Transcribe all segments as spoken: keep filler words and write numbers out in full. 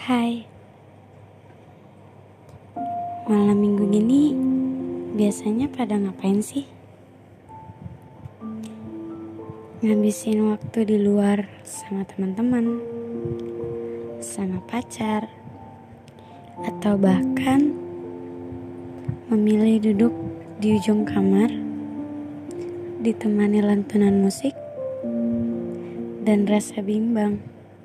Hai, malam minggu gini biasanya pada ngapain sih? Ngabisin waktu di luar sama teman-teman, sama pacar, atau bahkan memilih duduk di ujung kamar, ditemani lantunan musik dan rasa bimbang.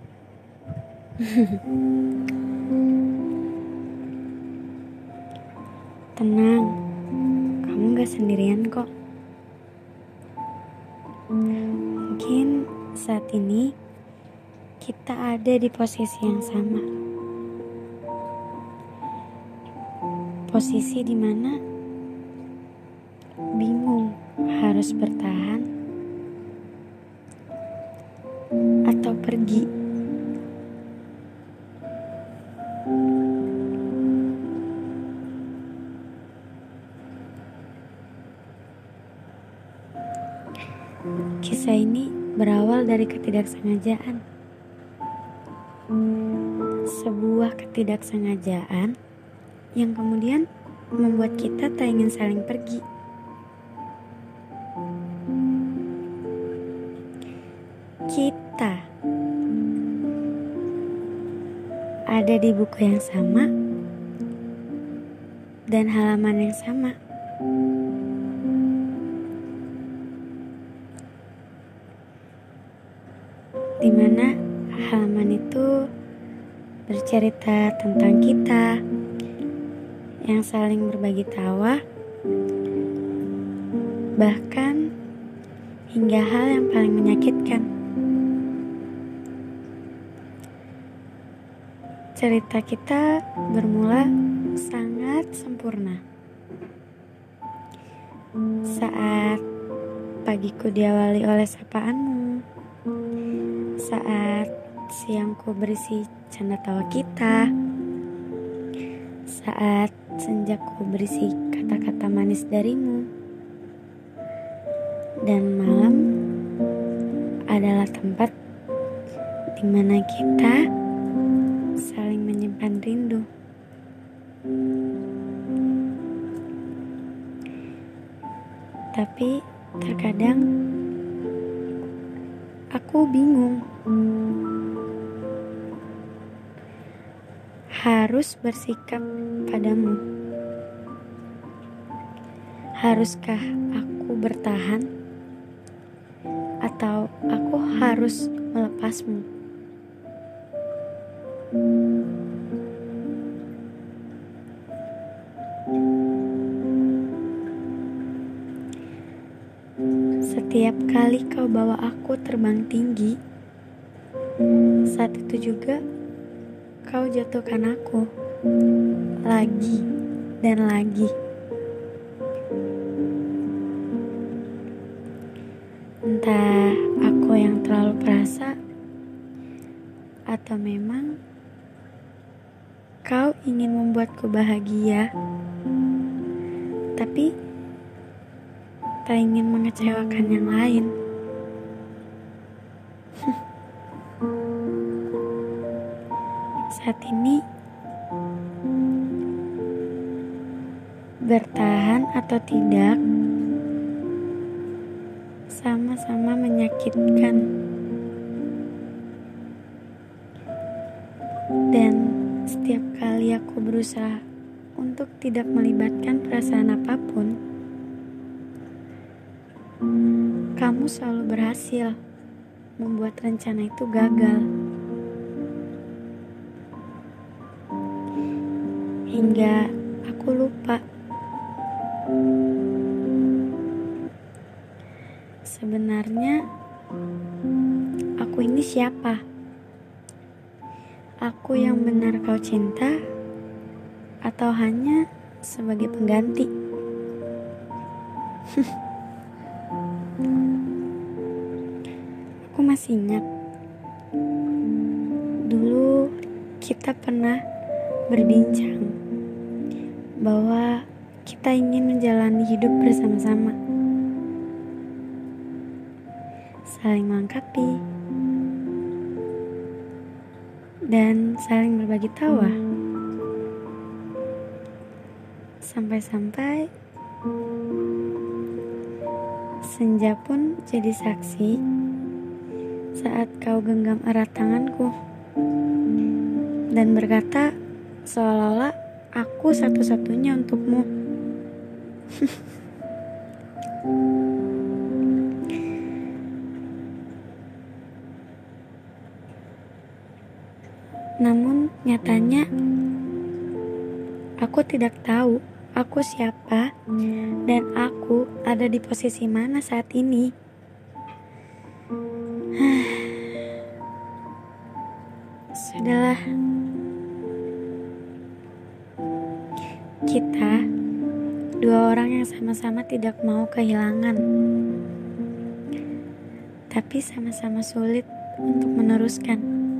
Tenang, kamu gak sendirian kok. Mungkin saat ini kita ada di posisi yang sama. Posisi dimana bingung harus bertahan atau pergi. Kisah ini berawal dari ketidaksengajaan. Sebuah ketidaksengajaan yang kemudian membuat kita tak ingin saling pergi. Kita ada di buku yang sama dan halaman yang sama. Di mana halaman itu bercerita tentang kita yang saling berbagi tawa, bahkan hingga hal yang paling menyakitkan. Cerita kita bermula sangat sempurna saat pagiku diawali oleh sapaanmu, saat siangku berisi canda tawa kita, saat senjaku berisi kata-kata manis darimu, dan malam adalah tempat di mana kita saling menyimpan rindu. Tapi terkadang aku bingung harus bersikap padamu. Haruskah aku bertahan atau aku harus melepasmu? Setiap kali kau bawa aku terbang tinggi, saat itu juga kau jatuhkan aku lagi dan lagi. Entah aku yang terlalu perasa atau memang kau ingin membuatku bahagia, tapi tak ingin mengecewakan yang lain. Saat ini bertahan atau tidak sama-sama menyakitkan, dan setiap kali aku berusaha untuk tidak melibatkan perasaan apapun, kamu selalu berhasil membuat rencana itu gagal. Hingga aku lupa sebenarnya aku ini siapa. Aku yang benar kau cinta atau hanya sebagai pengganti? Aku masih ingat dulu kita pernah berbincang bahwa kita ingin menjalani hidup bersama-sama, saling melengkapi, dan saling berbagi tawa. Sampai-sampai senja pun jadi saksi saat kau genggam erat tanganku dan berkata seolah-olah aku satu-satunya untukmu. Namun nyatanya aku tidak tahu aku siapa dan aku ada di posisi mana saat ini. Sudahlah, kita dua orang yang sama-sama tidak mau kehilangan, tapi sama-sama sulit untuk meneruskan.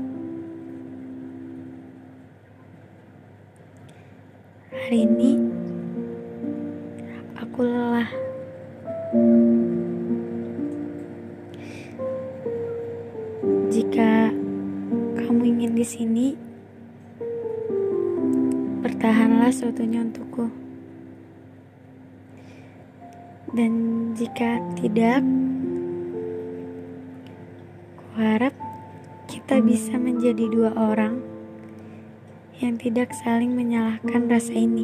Hari ini aku lelah. Jika kamu ingin di sini, bertahanlah seutuhnya untukku. Dan jika tidak, kuharap kita bisa menjadi dua orang yang tidak saling menyalahkan rasa ini.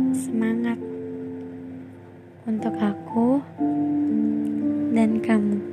Semangat untuk aku dan kamu.